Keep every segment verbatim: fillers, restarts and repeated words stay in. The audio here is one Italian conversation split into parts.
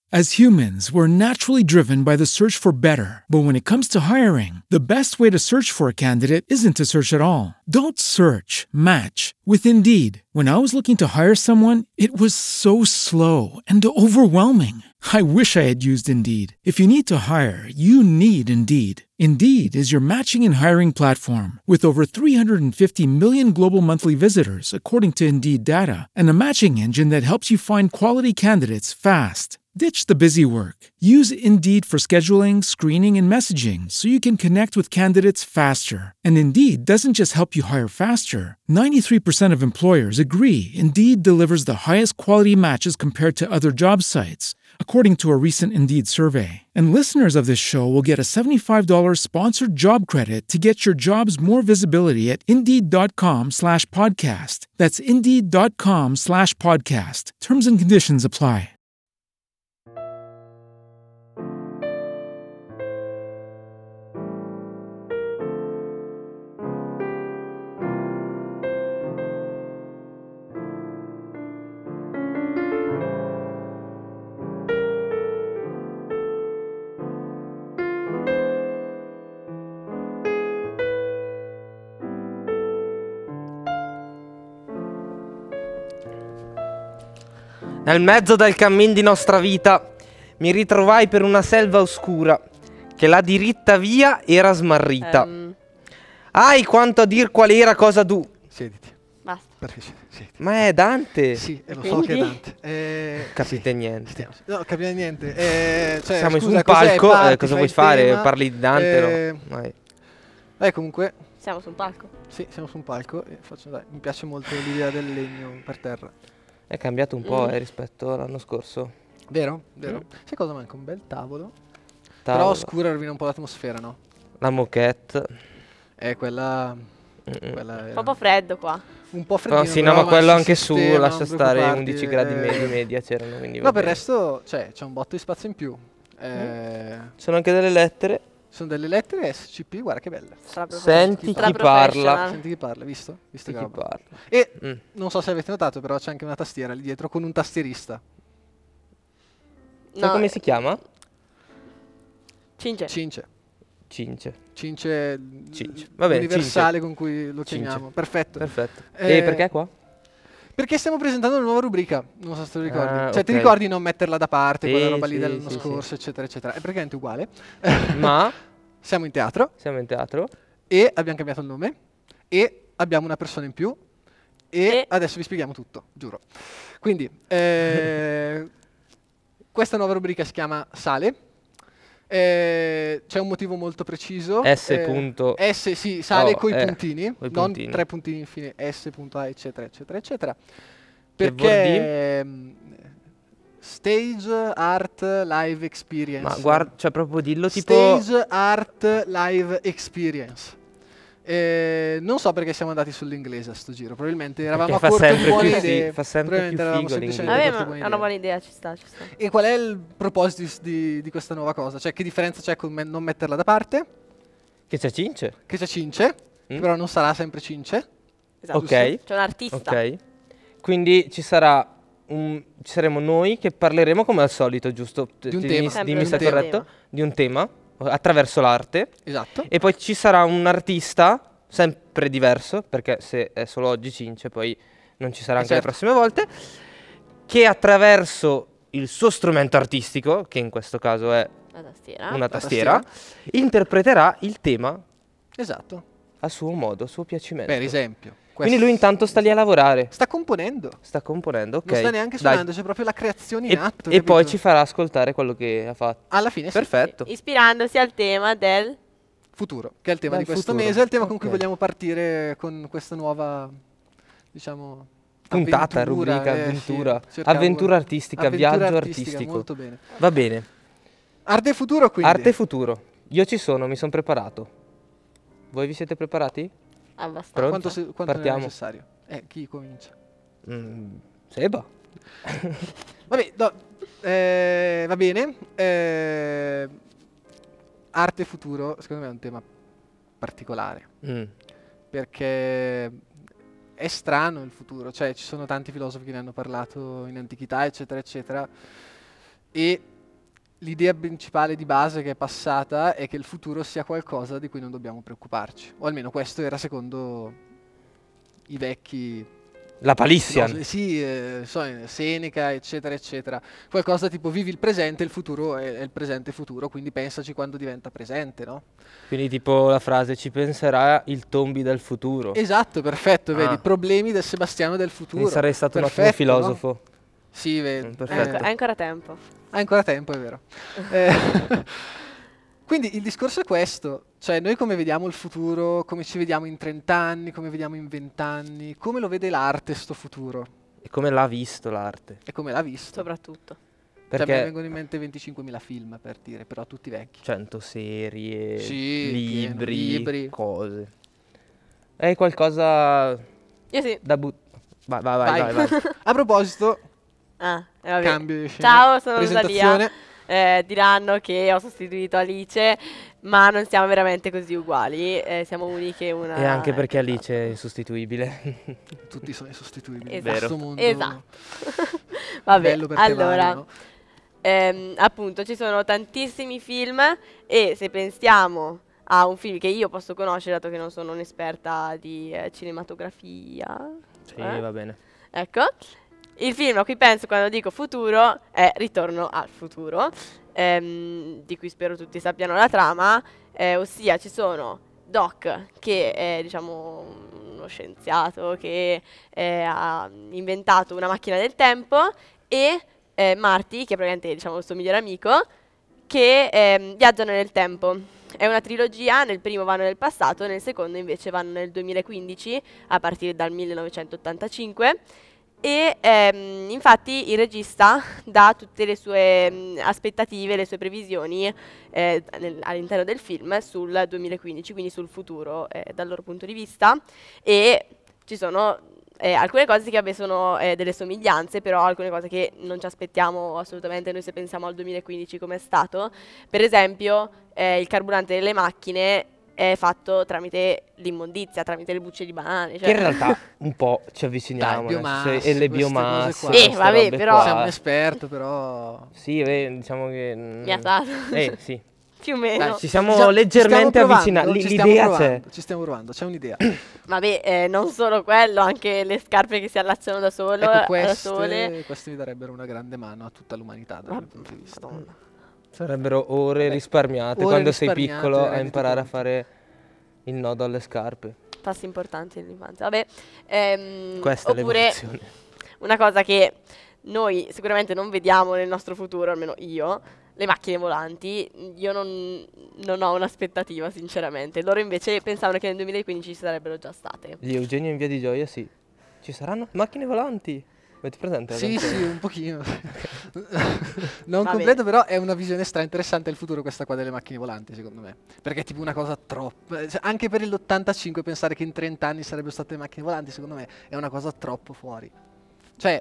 As humans, we're naturally driven by the search for better. But when it comes to hiring, the best way to search for a candidate isn't to search at all. Don't search, match with Indeed. When I was looking to hire someone, it was so slow and overwhelming. I wish I had used Indeed. If you need to hire, you need Indeed. Indeed is your matching and hiring platform with over three hundred fifty million global monthly visitors, according to Indeed data, and a matching engine that helps you find quality candidates fast. Ditch the busy work. Use Indeed for scheduling, screening, and messaging so you can connect with candidates faster. And Indeed doesn't just help you hire faster. ninety-three percent of employers agree Indeed delivers the highest quality matches compared to other job sites, according to a recent Indeed survey. And listeners of this show will get a seventy-five dollars sponsored job credit to get your jobs more visibility at Indeed.com slash podcast. That's Indeed.com slash podcast. Terms and conditions apply. Nel mezzo del cammin di nostra vita mi ritrovai per una selva oscura che la diritta via era smarrita. Ehm, Ai, quanto a dir qual era cosa du. Siediti. basta. Perché siediti? Siediti. Ma è Dante. Sì, e lo so Quindi? che è Dante. Eh, Capite niente. stiamo- No, capiamo niente. Eh, cioè, Siamo su scusa, un cos'è? palco, Parti, eh, cosa fai vuoi il fare? tema? Parli di Dante, Eh, no? Vai. Eh, comunque, Siamo su un palco. sì, siamo su un palco e faccio, dai, mi piace molto l'idea del legno per terra. È cambiato un po' Mm. eh, rispetto all'anno scorso. Vero? Vero? Mm. Sai cosa manca? Un bel tavolo. Tavola, Però oscuro rovina un po' l'atmosfera, no? la moquette. È quella... Mm-mm. quella era Fa un po' freddo qua. un po' Oh, freddino. sì, no, però, ma quello si anche su, sistema, lascia non stare, preoccuparti, undici gradi eh. me- di media c'erano, quindi No, va per il bene. resto, cioè, c'è un botto di spazio in più. Eh, Sono anche delle lettere. Sono delle lettere S C P, guarda che belle. Sarà proprio- Senti sarà chi professional. parla. Senti chi parla, visto? Visto Di che chi roba. parla. E Mm. non so se avete notato, però c'è anche una tastiera lì dietro con un tastierista. Sai No, come eh, si chiama? Cince. Cince. Cince. Cince, l- Cince. Va bene, universale con cui lo Cince. chiamiamo. Perfetto. Perfetto. Eh, E perché qua? Perché stiamo presentando una nuova rubrica, non so se te lo ricordi. Ah, Cioè, ti ok. ricordi non metterla da parte, Sì, quella roba lì sì, dell'anno sì, scorso, eccetera, eccetera. È praticamente uguale. Ma Siamo in teatro siamo in teatro. e abbiamo cambiato il nome e abbiamo una persona in più e, E- adesso vi spieghiamo tutto, giuro. Quindi, eh, questa nuova rubrica si chiama Sale. Eh, c'è un motivo molto preciso. S eh, punto- S, sì, sale Oh, coi eh, puntini, coi non puntini. tre puntini infine, S.A, eccetera, eccetera, eccetera. Che Perché vuol ehm, Stage Art Live Experience. Ma guarda, cioè proprio dillo tipo Stage Art Live Experience. Eh, non so perché siamo andati sull'inglese a sto giro. Probabilmente eravamo a fa corto di sempre buone più fi- idee. fa sempre Probabilmente più eravamo figo semplicemente Vabbè, a ma corto di è buone una idee. buona idea, ci sta, ci sta. E qual è il proposito di, di questa nuova cosa? Cioè, che differenza c'è con me- non metterla da parte? che c'è Cince. Che c'è Cince, Mm. però non sarà sempre Cince. Esatto. Ok. C'è un artista. Ok. Quindi ci sarà un ci saremo noi che parleremo come al solito, giusto? Di un Ti- tema. Dimmi, Sempre dimmi di se è un tema. corretto. Di un tema attraverso l'arte. Esatto. E poi ci sarà un artista sempre diverso, perché se è solo oggi Cince, poi non ci sarà Eh, anche certo. le prossime volte, che attraverso il suo strumento artistico, che in questo caso è La tastiera. una La tastiera, interpreterà il tema Esatto. a suo modo, a suo piacimento. Per esempio. Quindi questo- lui intanto sta lì a lavorare, sta componendo. sta componendo, ok. Non sta neanche Dai. suonando, c'è proprio la creazione E, in atto. e poi capito? ci farà ascoltare quello che ha fatto. Alla fine sì. Perfetto. Ispirandosi al tema del... Futuro, che è il tema Dal di questo futuro. mese, è il tema con cui Ok. vogliamo partire con questa nuova, diciamo, Puntata, avventura, rubrica, eh, avventura. sì, cercavo- Avventura artistica, avventura viaggio artistica, artistico. Molto bene. Va bene. Arte e futuro, quindi. Arte e futuro. Io ci sono, mi sono preparato. Voi vi siete preparati? Abbastanza. Pronto? Quanto, se- quanto ne è Partiamo. necessario? Eh, chi comincia? Mm, Seba. Vabbè, no, eh, va bene. eh, arte e futuro, secondo me è un tema particolare. Mm. Perché è strano il futuro, cioè ci sono tanti filosofi che ne hanno parlato in antichità, eccetera, eccetera, e l'idea principale di base che è passata è che il futuro sia qualcosa di cui non dobbiamo preoccuparci. O almeno questo era secondo i vecchi La Palissian. filosofi, sì, eh, so, eh, Seneca, eccetera, eccetera. Qualcosa tipo vivi il presente, il futuro è, è il presente futuro, quindi pensaci quando diventa presente, no? Quindi tipo la frase ci penserà il Tombi del futuro. Esatto, perfetto, vedi, Ah. problemi del Sebastiano del futuro. Quindi sarei stato Perfetto, un no? ottimo filosofo. Sì, vedi. Mm, Hai perfetto. anco- hai ancora tempo. Hai ancora tempo, è vero. Eh, quindi il discorso è questo, cioè noi come vediamo il futuro, come ci vediamo in trenta anni, come vediamo in venti anni, come lo vede l'arte sto futuro E come l'ha visto l'arte? e come l'ha visto. Soprattutto. Cioè, mi Perché vengono in mente venticinquemila film, per dire, però tutti vecchi. cento serie, Sì, pieno, libri, libri. cose. È qualcosa Io sì. da but... Vai, vai, vai, vai, Vai. vai. A proposito, Ah, eh, vabbè. cambio di scena. Ciao, sono Rosalia. Presentazione. Eh, diranno che ho sostituito Alice, ma non siamo veramente così uguali. eh, siamo uniche una. E anche perché ecco, Alice è insostituibile. Tutti sono insostituibili in Esatto. questo mondo. Esatto. Vabbè, Bello perché allora, variano. ehm, appunto, ci sono tantissimi film e se pensiamo a un film che io posso conoscere, dato che non sono un'esperta di eh, cinematografia, Sì, eh, va bene. ecco, il film a cui penso quando dico futuro è Ritorno al futuro, ehm, di cui spero tutti sappiano la trama, eh, ossia ci sono Doc, che è diciamo uno scienziato che eh, ha inventato una macchina del tempo, e eh, Marty, che è praticamente diciamo il suo migliore amico, che ehm, viaggiano nel tempo. È una trilogia, nel primo vanno nel passato, nel secondo invece vanno nel duemilaquindici, a partire dal millenovecentottantacinque. E ehm, infatti il regista dà tutte le sue mh, aspettative, le sue previsioni eh, nel- all'interno del film sul duemilaquindici, quindi sul futuro eh, dal loro punto di vista. E ci sono eh, alcune cose che vabbè, sono eh, delle somiglianze, però alcune cose che non ci aspettiamo assolutamente noi se pensiamo al duemilaquindici come è stato. Per esempio eh, il carburante delle macchine è fatto tramite l'immondizia, tramite le bucce di banane. Che Cioè. in realtà un po' ci avviciniamo. Dai, nel senso, biomasse, e le queste biomasse. cose qua. Sì, queste vabbè, robe però- qua. Sei un esperto, però. Sì, beh, diciamo che... mm, Mi ha dato. Eh, sì. Più o meno. Dai, Ci siamo stiamo- leggermente ci stiamo provando, avvicinati. ci stiamo L'idea c'è. provando, Ci stiamo provando, c'è un'idea. Vabbè, eh, non solo quello, anche le scarpe che si allacciano da solo, Ecco, da queste, sole. queste mi darebbero una grande mano a tutta l'umanità dal Ma- mio punto di vista. Madonna. Sarebbero ore Beh, risparmiate ore quando sei risparmiate, piccolo a renditi imparare a conto. fare il nodo alle scarpe. Passi importanti nell'infanzia. Vabbè, ehm, Questa è oppure l'evoluzione. una cosa che noi sicuramente non vediamo nel nostro futuro, almeno io, le macchine volanti. Io non, non ho un'aspettativa, sinceramente. Loro invece pensavano che nel duemilaquindici ci sarebbero già state. Gli Eugenio in via di Gioia, sì. Ci saranno macchine volanti. Avete presente? la Sì, canzone? sì, un pochino. Non Va completo, però è una visione stra interessante del futuro questa qua delle macchine volanti, secondo me. Perché è tipo una cosa troppo... eh, cioè, anche per l'ottantacinque pensare che in trenta anni sarebbero state macchine volanti, secondo me è una cosa troppo fuori. Cioè,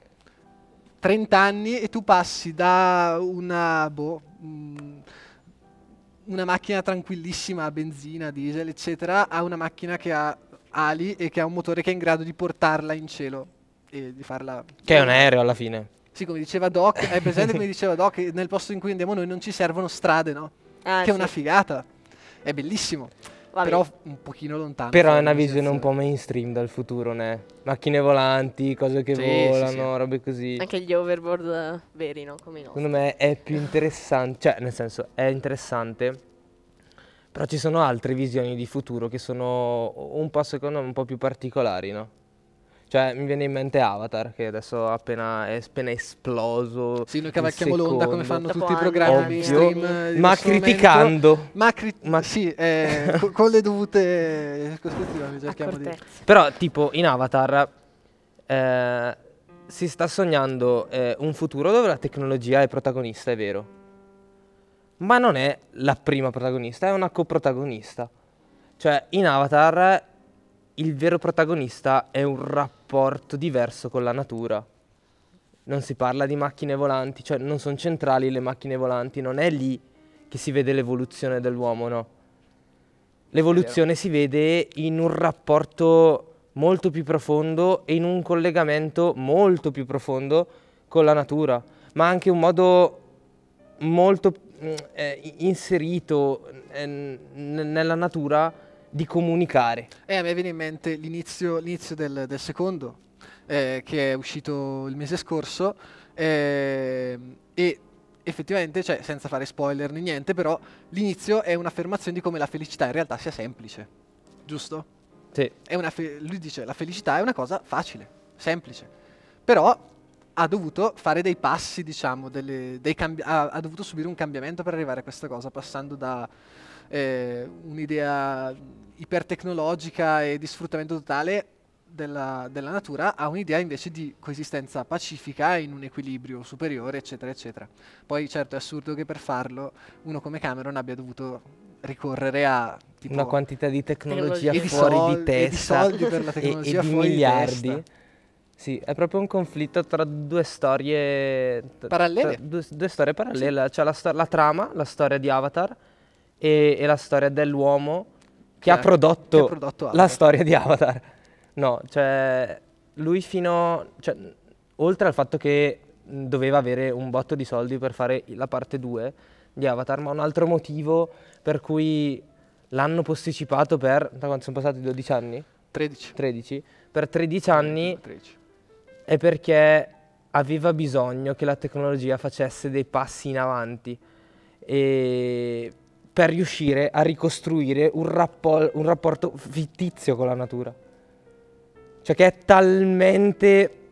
trenta anni e tu passi da una... boh... mm, una macchina tranquillissima a benzina, diesel, eccetera, a una macchina che ha ali e che ha un motore che è in grado di portarla in cielo e di farla... Che è un aereo alla fine. Sì, come diceva Doc, è presente come diceva Doc, che nel posto in cui andiamo noi non ci servono strade, no? Ah, che è sì. una figata. È bellissimo, Vabbè. però un pochino lontano. Però è fuori una dalla visione un po' situazione. mainstream del futuro, ne? Macchine volanti, cose che Sì, sì, volano, sì. robe così. Anche gli overboard eh, veri, no? Come i nostri. Secondo me è più interessante, cioè nel senso è interessante, però ci sono altre visioni di futuro che sono un po' secondo me un po' più particolari, no? Cioè mi viene in mente Avatar che adesso appena è appena esploso. Sì, noi il cavalchiamo l'onda come secondo. fanno Dopo tutti i anni, programmi anni, mainstream. anni. eh, di Ma questo momento. criticando. Ma, cri- Ma- sì, eh, co- con le dovute cospezioni cerchiamo di... Accortezze. Però tipo in Avatar eh, si sta sognando eh, un futuro dove la tecnologia è protagonista, è vero. Ma non è la prima protagonista, è una coprotagonista. Cioè in Avatar il vero protagonista è un rapporto diverso con la natura. Non si parla di macchine volanti, cioè non sono centrali le macchine volanti, non è lì che si vede l'evoluzione dell'uomo, no? L'evoluzione si vede in un rapporto molto più profondo e in un collegamento molto più profondo con la natura, ma anche un modo molto mh, eh, inserito eh, n- nella natura di comunicare. E a me viene in mente l'inizio, l'inizio del, del secondo, eh, che è uscito il mese scorso, ehm, e effettivamente, cioè, senza fare spoiler né niente, però l'inizio è un'affermazione di come la felicità in realtà sia semplice, giusto? Sì. È una fe- lui dice la felicità è una cosa facile, semplice, però ha dovuto fare dei passi, diciamo, delle- dei cambi- ha, ha dovuto subire un cambiamento per arrivare a questa cosa, passando da eh, un'idea ipertecnologica e di sfruttamento totale della, della natura a un'idea invece di coesistenza pacifica in un equilibrio superiore, eccetera, eccetera. Poi certo è assurdo che per farlo uno come Cameron abbia dovuto ricorrere a tipo Una quantità di tecnologia Tecnologia. e di, fuori sol- di e di testa soldi per la e, e tecnologia di fuori di miliardi. testa. Sì, è proprio un conflitto tra due storie t- Parallele. tra due, due storie parallele. C'è la, sto- la trama, la storia di Avatar e, e la storia dell'uomo che, Che ha ha- prodotto, che ha prodotto la Avatar. storia di Avatar. No, cioè lui fino cioè, oltre al fatto che mh, doveva avere un botto di soldi per fare la parte due di Avatar, ma un altro motivo per cui l'hanno posticipato per da quando sono passati dodici anni? tredici. tredici? Per tredici anni tredici. è perché aveva bisogno che la tecnologia facesse dei passi in avanti e per riuscire a ricostruire un, rappo- un rapporto fittizio con la natura. Cioè che è talmente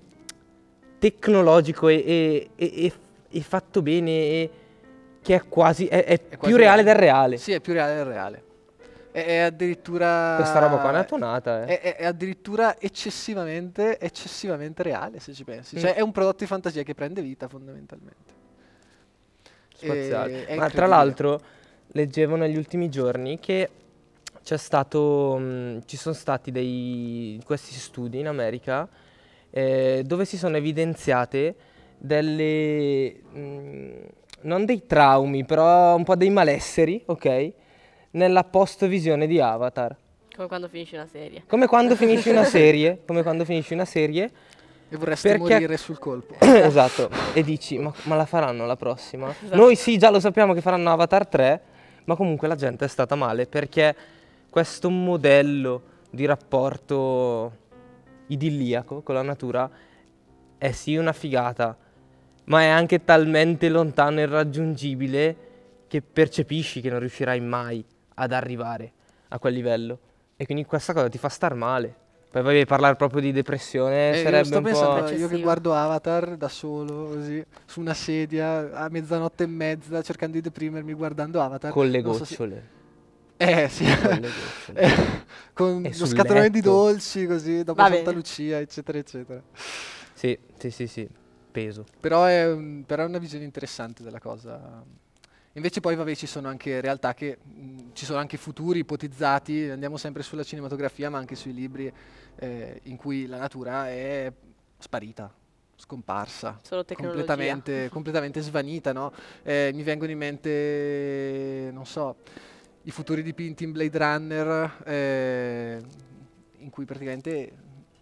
tecnologico e, e- e- e- e fatto bene e che è quasi è, è È quasi più reale del reale. Sì, è più reale del reale. È, è addirittura... Questa roba qua è una tonata, eh. È, è- è addirittura eccessivamente, eccessivamente reale, se ci pensi. Mm. Cioè, è un prodotto di fantasia che prende vita, fondamentalmente. Spaziale. E- è Ma incredibile. tra l'altro leggevo negli ultimi giorni che c'è stato, mh, ci sono stati dei, questi studi in America eh, dove si sono evidenziate delle, mh, non dei traumi, però un po' dei malesseri, ok? Nella post-visione di Avatar. Come quando finisci una serie. Come quando finisci una serie, come quando finisci una serie E vorresti perché- morire sul colpo. esatto, e dici, ma, ma la faranno la prossima? Esatto. Noi sì, già lo sappiamo che faranno Avatar tre, ma comunque la gente è stata male perché questo modello di rapporto idilliaco con la natura è sì una figata, ma è anche talmente lontano e irraggiungibile che percepisci che non riuscirai mai ad arrivare a quel livello. E quindi questa cosa ti fa star male. Poi voglio parlare proprio di depressione, Eh, io sarebbe sto un pensando, po'... io che eccessivo. guardo Avatar da solo, così, su una sedia, a mezzanotte e mezza, cercando di deprimermi guardando Avatar. con le non so se- gocciole. Eh, sì. Con le gocciole. Eh, con E lo sul scatolone di letto. dolci, così, dopo Va Santa bene. Lucia, eccetera, eccetera. Sì, sì, sì, sì, peso. Però è, un- però è una visione interessante della cosa. Invece poi, vabbè, ci sono anche realtà che, mh, ci sono anche futuri ipotizzati, andiamo sempre sulla cinematografia, ma anche sui libri, eh, in cui la natura è sparita, scomparsa. Solo tecnologia. completamente, completamente svanita, no? Eh, mi vengono in mente, non so, i futuri dipinti in Blade Runner, eh, in cui praticamente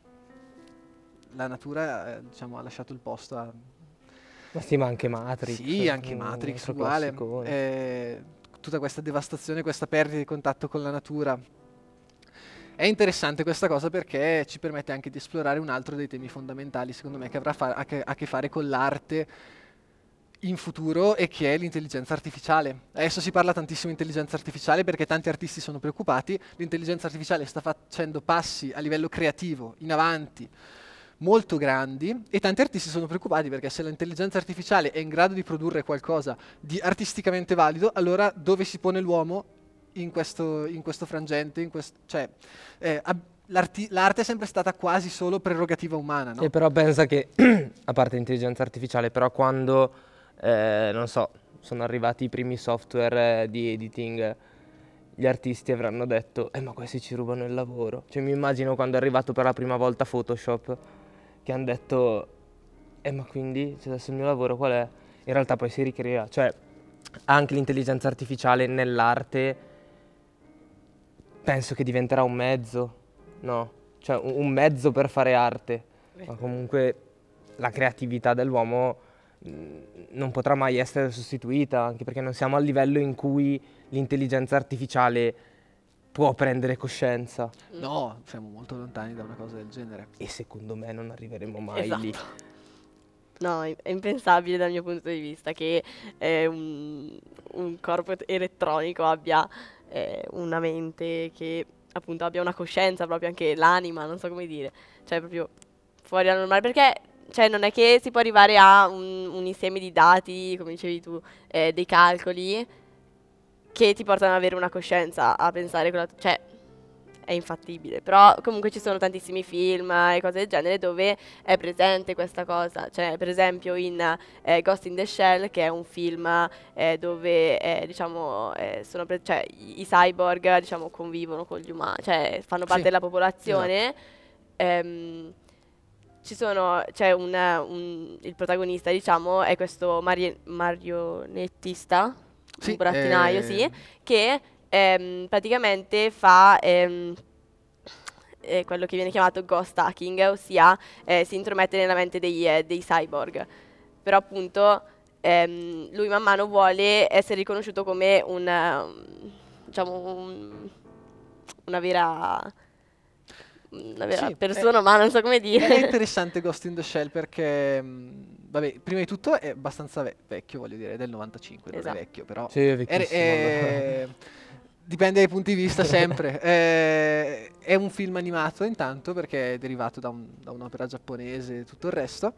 la natura, eh, diciamo, ha lasciato il posto a... Ma sì, ma anche Matrix. Sì, anche un Matrix altro uguale. classicone. Eh, tutta questa devastazione, questa perdita di contatto con la natura. È interessante questa cosa perché ci permette anche di esplorare un altro dei temi fondamentali, secondo me, che avrà fa- a, che, a che fare con l'arte in futuro e che è l'intelligenza artificiale. Adesso si parla tantissimo di intelligenza artificiale perché tanti artisti sono preoccupati. L'intelligenza artificiale sta facendo passi a livello creativo in avanti molto grandi e tanti artisti sono preoccupati perché se l'intelligenza artificiale è in grado di produrre qualcosa di artisticamente valido, allora dove si pone l'uomo in questo, in questo frangente? In quest- cioè, eh, ab- l'arti- l'arte è sempre stata quasi solo prerogativa umana, no? E però pensa che, a parte l'intelligenza artificiale, però quando, eh, non so, sono arrivati i primi software eh, di editing, gli artisti avranno detto, eh ma questi ci rubano il lavoro. Cioè mi immagino quando è arrivato per la prima volta Photoshop, che hanno detto, eh ma quindi cioè, adesso il mio lavoro qual è? In realtà poi si ricrea, cioè anche l'intelligenza artificiale nell'arte penso che diventerà un mezzo, no? Cioè un un mezzo per fare arte, ma comunque la creatività dell'uomo mh, non potrà mai essere sostituita, anche perché non siamo al livello in cui l'intelligenza artificiale può prendere coscienza. No, siamo molto lontani da una cosa del genere. E secondo me non arriveremo mai Esatto. lì. No, è è impensabile dal mio punto di vista che eh, un, un corpo et- elettronico abbia eh, una mente che appunto abbia una coscienza, proprio anche l'anima, non so come dire. Cioè proprio fuori dal normale, perché cioè, non è che si può arrivare a un, un insieme di dati, come dicevi tu, eh, dei calcoli che ti portano ad avere una coscienza, a pensare quella, cioè è infattibile, però comunque ci sono tantissimi film e cose del genere dove è presente questa cosa, cioè per esempio in eh, Ghost in the Shell, che è un film eh, dove eh, diciamo eh, sono pre- cioè, i, i cyborg diciamo convivono con gli umani, cioè fanno parte Sì, della popolazione. Ehm, ci sono, c'è un, un- il protagonista diciamo è questo mari- marionettista, Sì, un burattinaio, eh, sì, che ehm, praticamente fa ehm, eh, quello che viene chiamato ghost hacking, ossia eh, si intromette nella mente dei, eh, dei cyborg. Però appunto ehm, lui man mano vuole essere riconosciuto come un, um, diciamo, un- una vera, una vera Sì, persona, ma non so come È dire. interessante Ghost in the Shell perché, mh, vabbè, prima di tutto è abbastanza ve- vecchio, voglio dire, è del novantacinque, non Esatto. è vecchio, però Sì, è è- vecchissimo. è- dipende dai punti di vista sempre. Eh, è un film animato intanto perché è derivato da, un- da un'opera giapponese e tutto il resto.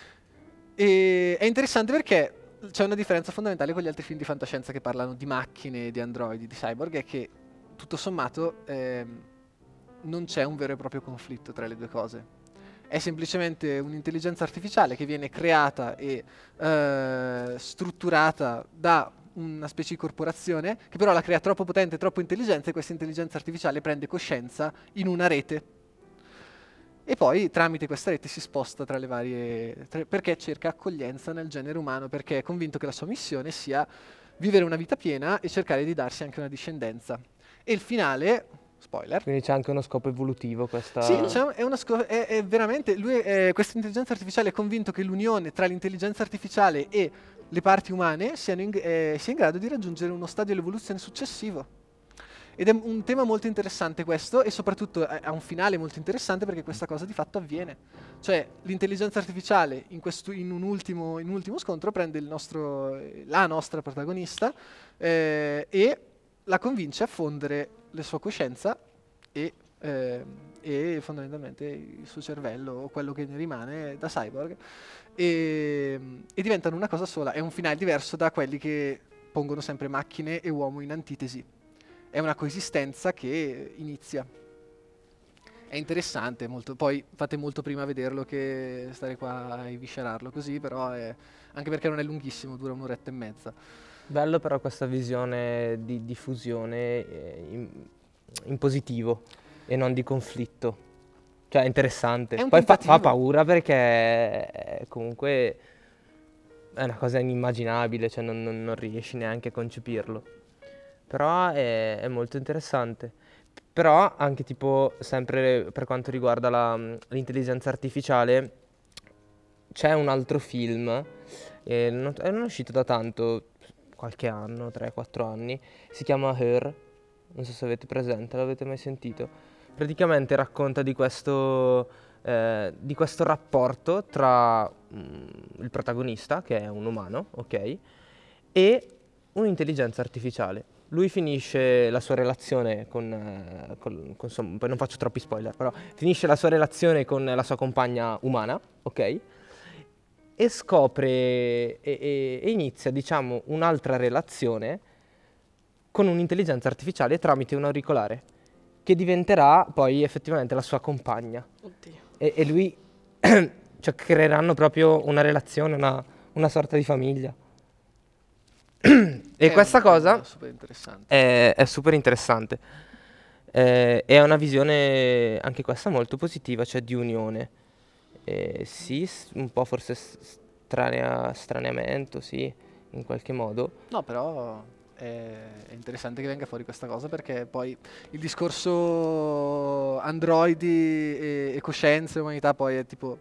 E è interessante perché c'è una differenza fondamentale con gli altri film di fantascienza che parlano di macchine, di androidi, di cyborg, è che tutto sommato ehm, non c'è un vero e proprio conflitto tra le due cose. È semplicemente un'intelligenza artificiale che viene creata e eh, strutturata da una specie di corporazione che però la crea troppo potente, troppo intelligente, e questa intelligenza artificiale prende coscienza in una rete. E poi tramite questa rete si sposta tra le varie... tra- perché cerca accoglienza nel genere umano, perché è convinto che la sua missione sia vivere una vita piena e cercare di darsi anche una discendenza. E il finale, spoiler, Quindi c'è anche uno scopo evolutivo questa... sì, c'è- è, una sco- è- è veramente, lui è- questa intelligenza artificiale è convinto che l'unione tra l'intelligenza artificiale e le parti umane siano in, eh, sia in grado di raggiungere uno stadio dell'evoluzione successivo. Ed è un tema molto interessante questo, e soprattutto ha ha un finale molto interessante perché questa cosa di fatto avviene. Cioè l'intelligenza artificiale in, questo- in un, ultimo, in un ultimo scontro prende il nostro, eh, la nostra protagonista eh, e la convince a fondere la sua coscienza e, eh, e fondamentalmente il suo cervello o quello che ne rimane da cyborg e, e diventano una cosa sola. È un finale diverso da quelli che pongono sempre macchine e uomo in antitesi. È una coesistenza che inizia. È interessante, molto, poi fate molto prima a vederlo che stare qua a eviscerarlo così, però è, anche perché non è lunghissimo, dura un'oretta e mezza. Bello però questa visione di diffusione eh, in, in positivo e non di conflitto. Cioè è interessante. È un Poi fa, fa tentativo. paura perché eh, comunque è una cosa inimmaginabile, cioè non, non- non riesci neanche a concepirlo. Però è, è molto interessante. Però anche tipo, sempre per quanto riguarda la- l'intelligenza artificiale, c'è un altro film, eh, non, è non è uscito da tanto, qualche anno, tre quattro anni, si chiama Her, non so se avete presente, l'avete mai sentito. Praticamente racconta di questo, eh, di questo rapporto tra mm, il protagonista, che è un umano, ok, e un'intelligenza artificiale. Lui finisce la sua relazione con, eh, col- con sua- poi non faccio troppi spoiler, però finisce la sua relazione con la sua compagna umana, ok? E scopre e, e- e inizia, diciamo, un'altra relazione con un'intelligenza artificiale tramite un auricolare, che diventerà poi effettivamente la sua compagna. Oddio. E, e lui, cioè, creeranno proprio una relazione, una, una sorta di famiglia. E È questa un tema cosa super interessante. è, è super interessante. Eh, è una visione, anche questa, molto positiva, cioè di unione. Eh, sì, s- un po' forse s- stranea, straneamento, sì, in qualche modo. No, però è, è interessante che venga fuori questa cosa perché poi il discorso androidi e, e coscienze e umanità poi è tipo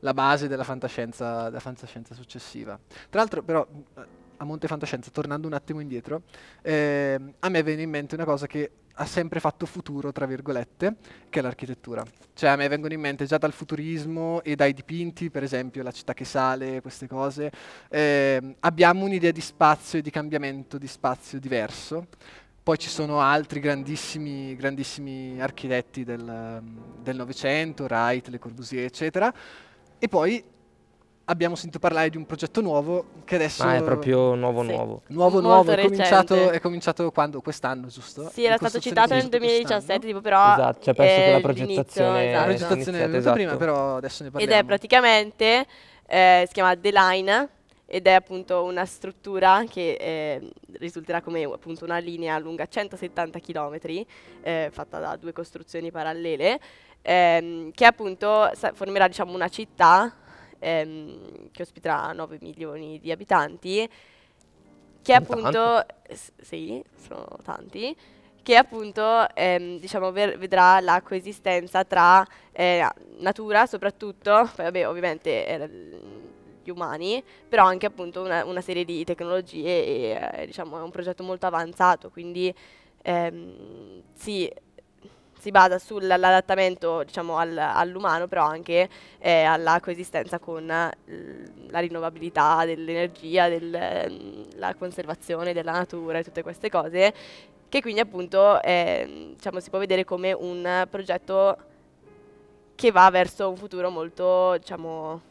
la base della fantascienza, della fantascienza successiva. Tra l'altro, però, a Monte Fantascienza, tornando un attimo indietro, eh, a me viene in mente una cosa che ha sempre fatto futuro, tra virgolette, che è l'architettura. Cioè a me vengono in mente già dal futurismo e dai dipinti, per esempio la città che sale, queste cose. Eh, abbiamo un'idea di spazio e di cambiamento di spazio diverso. Poi ci sono altri grandissimi, grandissimi architetti del del Novecento, Wright, Le Corbusier, eccetera. E poi abbiamo sentito parlare di un progetto nuovo che adesso... Ma è proprio nuovo Sì. nuovo. Nuovo, Molto nuovo, è recente. cominciato, è cominciato quando? Quest'anno, giusto? Sì, era In stato costruzione citato nel giusto duemiladiciassette, quest'anno? tipo però Esatto, cioè penso eh, che la l'inizio, progettazione- esatto. La progettazione è iniziato, venuta prima, esatto. però adesso ne Ed parliamo. è praticamente, eh, si chiama The Line, ed è appunto una struttura che eh, risulterà come appunto una linea lunga centosettanta chilometri, eh, fatta da due costruzioni parallele, ehm, che appunto sa- formerà, diciamo, una città ehm, che ospiterà nove milioni di abitanti, che Sono appunto, s- sì, sono tanti, che appunto ehm, diciamo ver- vedrà la coesistenza tra eh, natura soprattutto, poi vabbè ovviamente eh, l- gli umani, però anche appunto una, una serie di tecnologie e eh, diciamo è un progetto molto avanzato, quindi ehm, si, si basa sull'adattamento diciamo al- all'umano, però anche eh, alla coesistenza con eh, la rinnovabilità dell'energia, del, ehm, la conservazione della natura e tutte queste cose, che quindi appunto ehm, diciamo, si può vedere come un progetto che va verso un futuro molto, diciamo,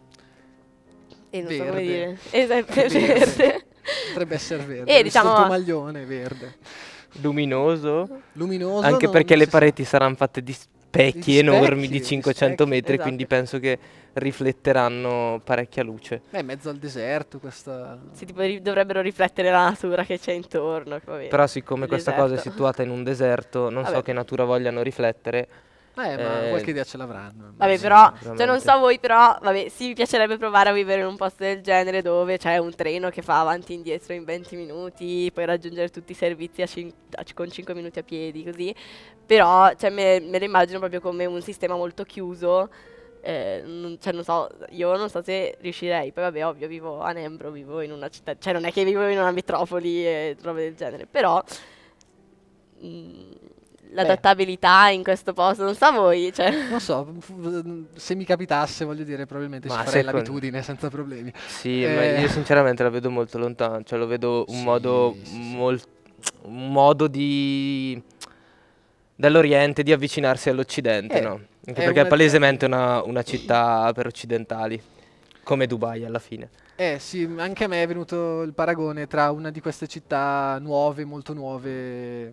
e non so come Verde. dire, esatto, Verde. verde. Potrebbe essere verde. E Ho visto il tuo diciamo, maglione verde. Luminoso, Luminoso. anche non- perché non le si sa. pareti saranno fatte di specchi Di enormi specchi, di di cinquecento specchi, metri, esatto. quindi penso che rifletteranno parecchia luce. È in mezzo al deserto questa... sì, tipo, ri- dovrebbero riflettere la natura che c'è intorno. che vabbè, Però siccome il questa cosa è deserto. situata in un deserto, non so Vabbè. che natura vogliano riflettere. Eh, ma Eh, qualche idea ce l'avranno. Vabbè, Sì, però, cioè sicuramente. non so voi, però, vabbè, sì, mi piacerebbe provare a vivere in un posto del genere dove c'è un treno che fa avanti e indietro in venti minuti, puoi raggiungere tutti i servizi a cin- a- con cinque minuti a piedi, così. Però, cioè, me, me lo immagino proprio come un sistema molto chiuso. eh, non, cioè, non so, io non so se riuscirei. Poi, vabbè, ovvio, vivo a Nembro, vivo in una città, cioè, non è che vivo in una metropoli e robe del genere, però. mm, L'adattabilità in questo posto, non so voi, cioè. Non so, f- se mi capitasse, voglio dire, probabilmente Ma ci farei secondo- l'abitudine senza problemi. Sì, Eh, ma io sinceramente la vedo molto lontano, cioè lo vedo un Sì, modo sì, sì. mol- un modo di dall'Oriente di avvicinarsi all'Occidente, Eh, no? Anche è perché è una- palesemente una, una città per occidentali, come Dubai alla fine. Eh sì, anche a me è venuto il paragone tra una di queste città nuove, molto nuove.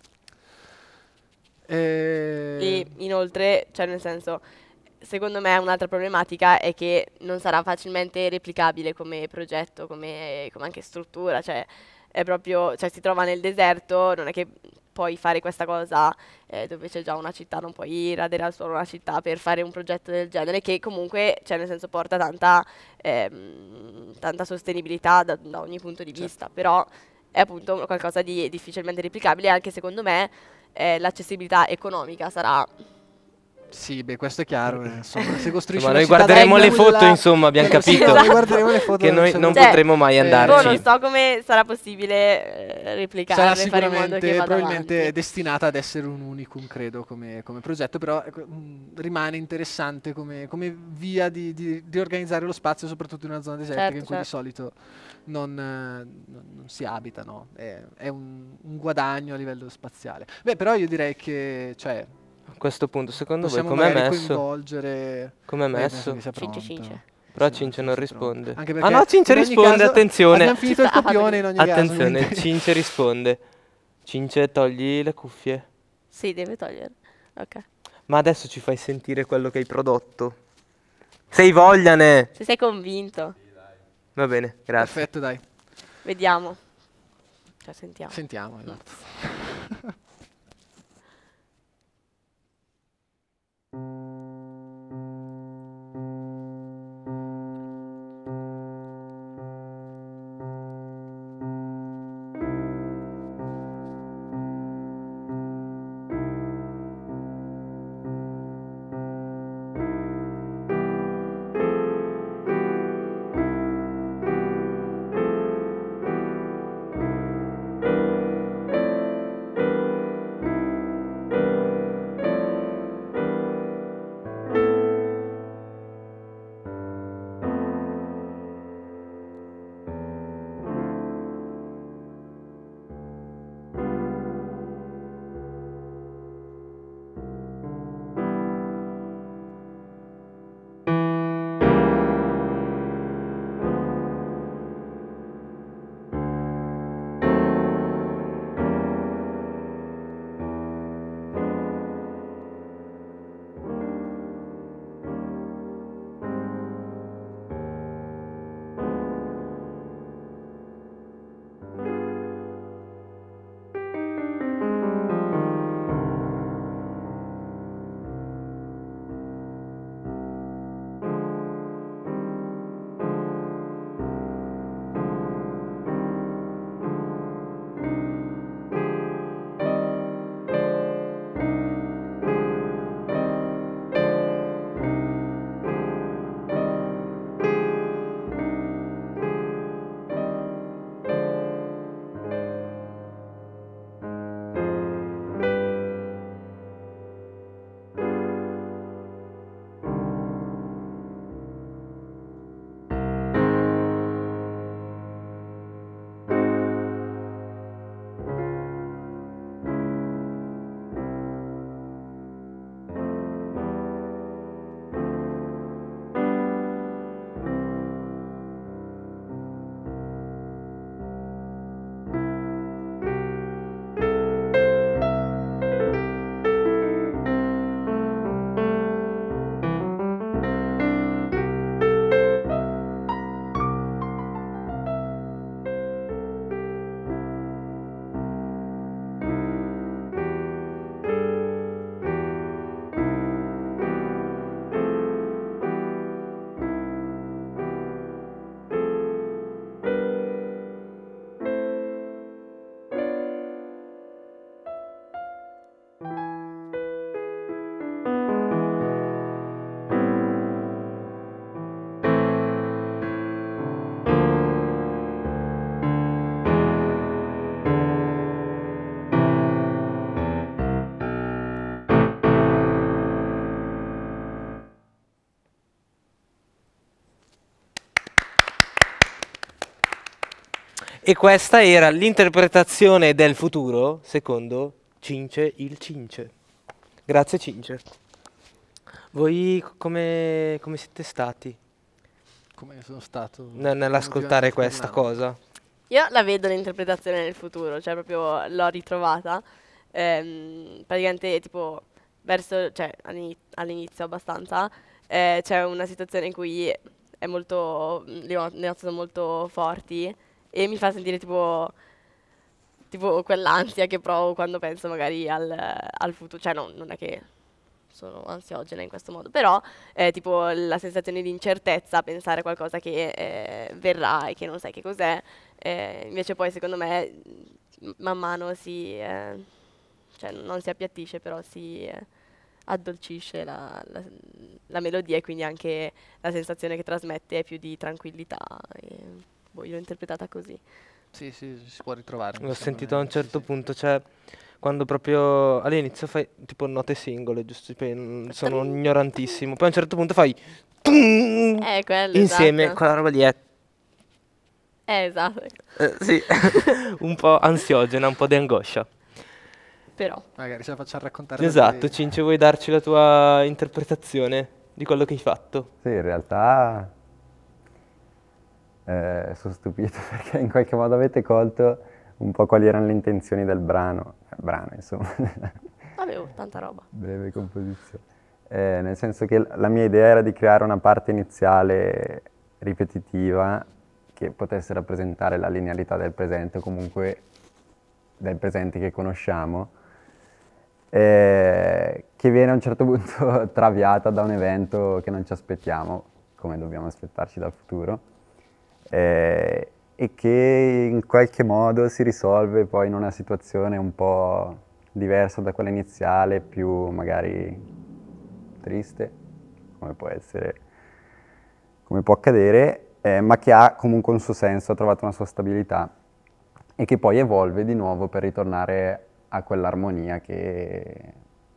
E E... inoltre, cioè nel senso, secondo me un'altra problematica è che non sarà facilmente replicabile come progetto, come, come anche struttura, cioè è proprio, cioè si trova nel deserto, non è che puoi fare questa cosa eh, dove c'è già una città, non puoi radere solo una città per fare un progetto del genere che comunque, cioè nel senso porta tanta, ehm, tanta sostenibilità da, da ogni punto di Certo. vista, però è appunto qualcosa di difficilmente replicabile, anche secondo me eh, l'accessibilità economica sarà. Sì, beh, questo è chiaro. eh, Insomma, se costruisci Ma una noi città da guarderemo le nulla- foto, insomma, abbiamo quello sì, capito noi guarderemo le foto, che noi c'è non un- Cioè, potremo mai eh, Boh, andarci. non so come sarà possibile eh, replicarle, Sarà fare in modo che sicuramente, vada probabilmente avanti. destinata ad essere un unicum, credo, come, come progetto, però ecco, mh, rimane interessante come, come via di, di, di organizzare lo spazio, soprattutto in una zona desertica Certo, in cui di certo. solito non, eh, non- non si abita, no? È, è un, un guadagno a livello spaziale. Beh, però io direi che, cioè, A questo punto, secondo voi possiamo com'è magari messo? coinvolgere... Com'è Eh, penso messo? che sia Cince, pronto. cince. Però Sì, Cince penso non che sia pronto. risponde. Anche Ah perché no, Cince in ogni risponde, caso attenzione. abbiamo finito il Ci sta, copione in ogni caso. Attenzione, quindi- Cince risponde. Cince, togli le cuffie. Sì, deve togliere. Ok. Ma adesso ci fai sentire quello che hai prodotto. Sei vogliane! Se sei convinto, Va bene, grazie. Perfetto, dai. vediamo. Cioè, sentiamo. Sentiamo, esatto. E questa era l'interpretazione del futuro secondo Cince il Cince. Grazie Cince. Voi come, come siete stati Come sono stato n- nell'ascoltare emotivamente questa parlando. cosa? Io la vedo l'interpretazione del futuro, cioè proprio l'ho ritrovata. Ehm, praticamente tipo verso, cioè all'ini- all'inizio abbastanza, eh, c'è una situazione in cui è molto, le ho- le noto molto forti e mi fa sentire tipo, tipo quell'ansia che provo quando penso magari al, al futuro, cioè no, non è che sono ansiogena in questo modo, però è tipo la sensazione di incertezza, pensare a qualcosa che eh, verrà e che non sai che cos'è, eh, invece poi secondo me m- man mano si, eh, cioè non si appiattisce, però si eh, addolcisce la, la- la melodia e quindi anche la sensazione che trasmette è più di tranquillità. E, boh, io l'ho interpretata così. Sì, sì, si può ritrovare. L'ho secondo sentito a un me, sì, certo sì. punto, cioè quando proprio all'inizio fai tipo note singole, giusto? Tipo, mm, sono Tring. ignorantissimo. Poi a un certo punto fai tung, Eh, quello, insieme, esatto. quella roba lì è Eh, esatto. eh, sì, un po' ansiogena, un po' di angoscia. Però. Magari ce la facciamo raccontare da Esatto, voi. Cince, vuoi darci la tua interpretazione di quello che hai fatto? Sì, in realtà eh, sono stupito perché in qualche modo avete colto un po' quali erano le intenzioni del brano, il brano insomma, Avevo tanta roba. breve composizione. Eh, nel senso che la mia idea era di creare una parte iniziale ripetitiva che potesse rappresentare la linearità del presente o comunque del presente che conosciamo, eh, che viene a un certo punto traviata da un evento che non ci aspettiamo, come dobbiamo aspettarci dal futuro, eh, e che in qualche modo si risolve poi in una situazione un po' diversa da quella iniziale, più magari triste, come può essere, come può accadere, eh, ma che ha comunque un suo senso, ha trovato una sua stabilità e che poi evolve di nuovo per ritornare a quell'armonia che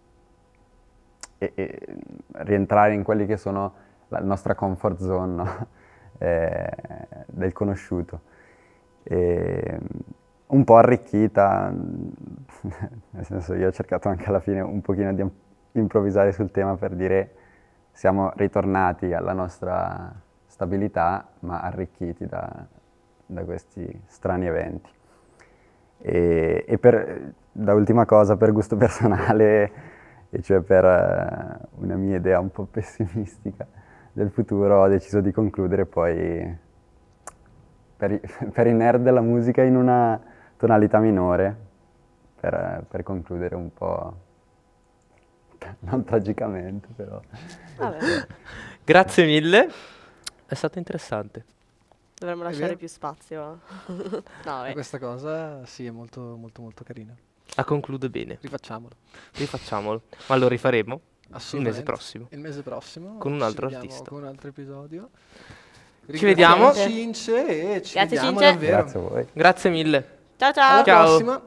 e, e rientrare in quelli che sono la nostra comfort zone, no? eh, del conosciuto. E, un po' arricchita, nel senso io ho cercato anche alla fine un pochino di improvvisare sul tema per dire siamo ritornati alla nostra stabilità ma arricchiti da, da questi strani eventi. E, e per, da ultima cosa, per gusto personale, e cioè per uh, una mia idea un po' pessimistica del futuro, ho deciso di concludere poi per i, per i nerd della musica in una tonalità minore, per, per concludere un po', non tragicamente però. Vabbè, Grazie mille, è stato interessante. dovremmo È lasciare vero? più spazio. No, E eh. questa cosa sì, è molto molto molto carina. La concludo bene, Rifacciamolo. rifacciamolo, ma lo rifaremo il Assolutamente. mese prossimo. Il mese prossimo Con un ci altro vediamo artista. con un altro episodio. Ci vediamo. Grazie. Cince e ci Grazie, vediamo Cince. davvero. Grazie a voi. Grazie mille. Ciao ciao. Alla Ciao. prossima.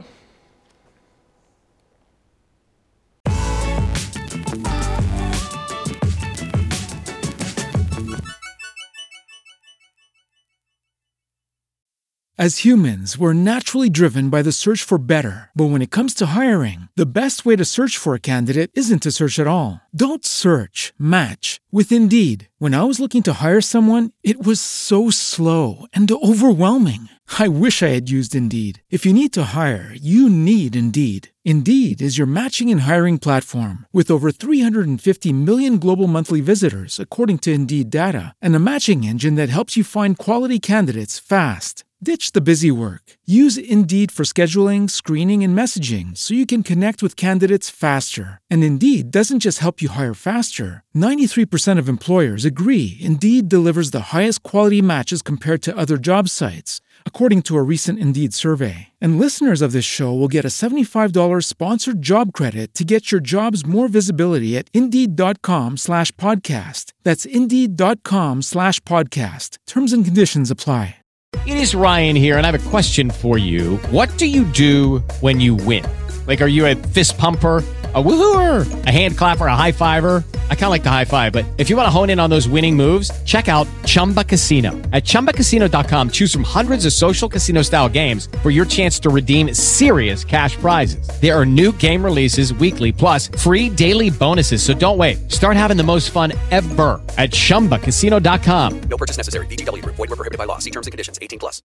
As humans, we're naturally driven by the search for better. But when it comes to hiring, the best way to search for a candidate isn't to search at all. Don't search, match with Indeed. When I was looking to hire someone, it was so slow and overwhelming. I wish I had used Indeed. If you need to hire, you need Indeed. Indeed is your matching and hiring platform with over three hundred fifty million global monthly visitors, according to Indeed data, and a matching engine that helps you find quality candidates fast. Ditch the busy work. Use Indeed for scheduling, screening, and messaging so you can connect with candidates faster. And Indeed doesn't just help you hire faster. ninety-three percent of employers agree Indeed delivers the highest quality matches compared to other job sites, according to a recent Indeed survey. And listeners of this show will get a seventy-five dollars sponsored job credit to get your jobs more visibility at Indeed.com slash podcast. That's Indeed.com slash podcast. Terms and conditions apply. It is Ryan here, and I have a question for you. What do you do when you win? Like, are you a fist pumper? A woohooer, a hand clapper, a high fiver. I kind of like the high five, but if you want to hone in on those winning moves, check out Chumba Casino. At chumba casino dot com, choose from hundreds of social casino style games for your chance to redeem serious cash prizes. There are new game releases weekly, plus free daily bonuses. So don't wait. Start having the most fun ever at chumba casino dot com. No purchase necessary. V G W Group. Void where prohibited by law. See terms and conditions. eighteen plus.